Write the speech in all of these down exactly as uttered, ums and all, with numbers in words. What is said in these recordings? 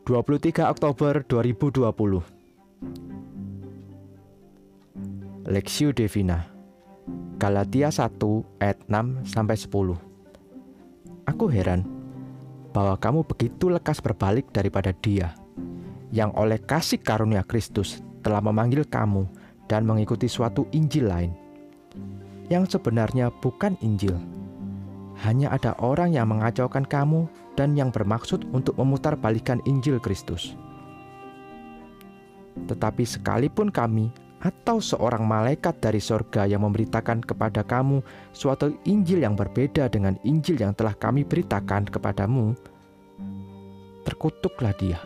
dua puluh tiga Oktober dua ribu dua puluh. Lectio Divina, Galatia satu ayat enam sampai sepuluh. Aku heran bahwa kamu begitu lekas berbalik daripada Dia yang oleh kasih karunia Kristus telah memanggil kamu dan mengikuti suatu Injil lain, yang sebenarnya bukan Injil. Hanya ada orang yang mengacaukan kamu dan yang bermaksud untuk memutarbalikkan Injil Kristus. Tetapi sekalipun kami atau seorang malaikat dari sorga yang memberitakan kepada kamu suatu Injil yang berbeda dengan Injil yang telah kami beritakan kepadamu, terkutuklah dia.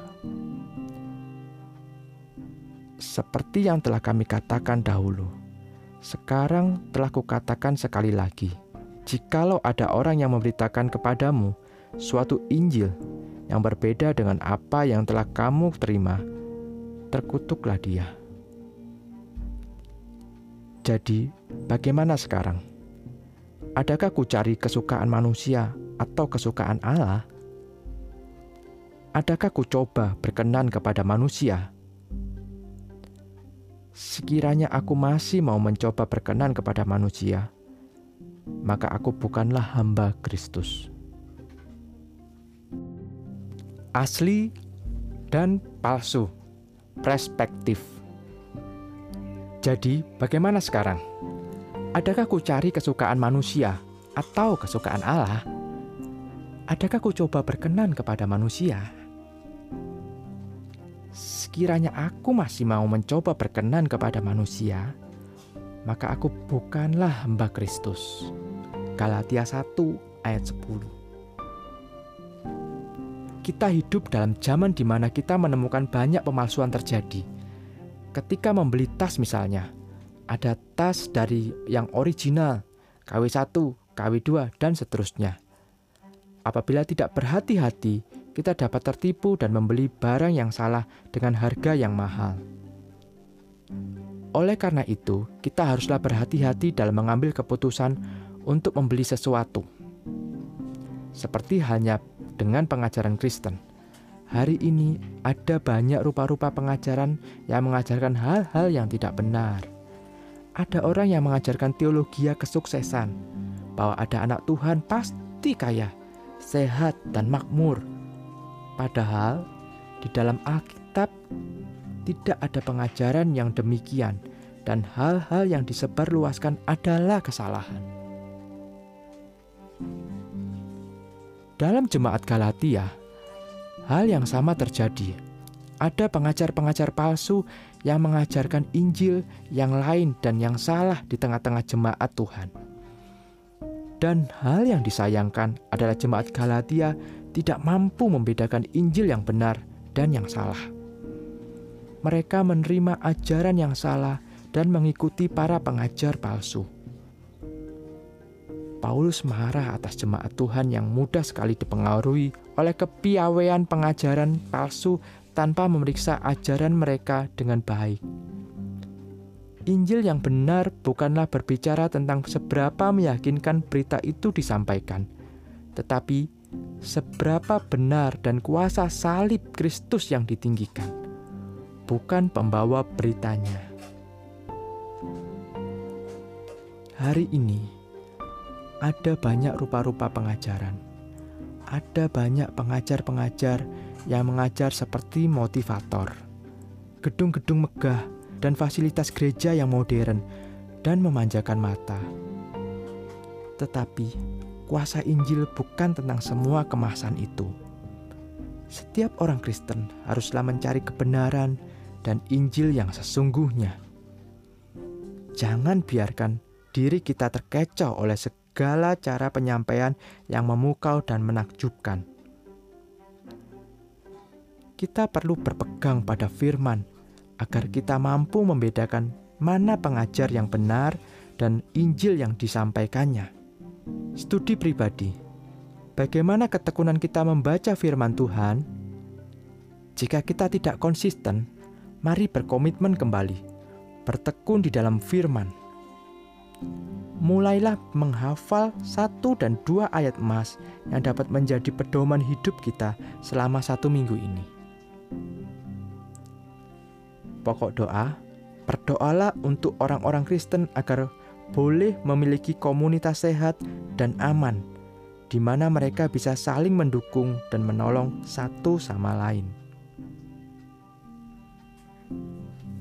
Seperti yang telah kami katakan dahulu, sekarang telah kukatakan sekali lagi, jikalau ada orang yang memberitakan kepadamu suatu Injil yang berbeda dengan apa yang telah kamu terima, terkutuklah dia. Jadi, bagaimana sekarang? Adakah ku cari kesukaan manusia atau kesukaan Allah? Adakah ku coba berkenan kepada manusia? Sekiranya aku masih mau mencoba berkenan kepada manusia, maka aku bukanlah hamba Kristus. Asli dan palsu, perspektif. Jadi, bagaimana sekarang? Adakah ku cari kesukaan manusia atau kesukaan Allah? Adakah ku coba berkenan kepada manusia? Sekiranya aku masih mau mencoba berkenan kepada manusia, maka aku bukanlah hamba Kristus. Galatia satu ayat sepuluh. Kita hidup dalam zaman di mana kita menemukan banyak pemalsuan terjadi. Ketika membeli tas misalnya, ada tas dari yang original, K W satu, K W dua, dan seterusnya. Apabila tidak berhati-hati, kita dapat tertipu dan membeli barang yang salah dengan harga yang mahal. Oleh karena itu, kita haruslah berhati-hati dalam mengambil keputusan untuk membeli sesuatu. Seperti halnya dengan pengajaran Kristen. Hari ini ada banyak rupa-rupa pengajaran yang mengajarkan hal-hal yang tidak benar. Ada orang yang mengajarkan teologi kesuksesan, bahwa ada anak Tuhan pasti kaya, sehat, dan makmur. Padahal di dalam Alkitab tidak ada pengajaran yang demikian, dan hal-hal yang disebarluaskan adalah kesalahan. Dalam jemaat Galatia, hal yang sama terjadi. Ada pengajar-pengajar palsu yang mengajarkan Injil yang lain dan yang salah di tengah-tengah jemaat Tuhan. Dan hal yang disayangkan adalah jemaat Galatia tidak mampu membedakan Injil yang benar dan yang salah. Mereka menerima ajaran yang salah dan mengikuti para pengajar palsu. Paulus marah atas jemaat Tuhan yang mudah sekali dipengaruhi oleh kepiawaian pengajaran palsu tanpa memeriksa ajaran mereka dengan baik. Injil yang benar bukanlah berbicara tentang seberapa meyakinkan berita itu disampaikan, tetapi seberapa benar dan kuasa salib Kristus yang ditinggikan, bukan pembawa beritanya. Hari ini, ada banyak rupa-rupa pengajaran. Ada banyak pengajar-pengajar yang mengajar seperti motivator, gedung-gedung megah, dan fasilitas gereja yang modern dan memanjakan mata. Tetapi, kuasa Injil bukan tentang semua kemasan itu. Setiap orang Kristen haruslah mencari kebenaran dan Injil yang sesungguhnya. Jangan biarkan diri kita terkecoh oleh segala cara penyampaian yang memukau dan menakjubkan. Kita perlu berpegang pada firman agar kita mampu membedakan mana pengajar yang benar dan Injil yang disampaikannya. Studi pribadi. Bagaimana ketekunan kita membaca firman Tuhan? Jika kita tidak konsisten, mari berkomitmen kembali, bertekun di dalam firman. Mulailah menghafal satu dan dua ayat emas yang dapat menjadi pedoman hidup kita selama satu minggu ini. Pokok doa, berdoalah untuk orang-orang Kristen agar boleh memiliki komunitas sehat dan aman, di mana mereka bisa saling mendukung dan menolong satu sama lain.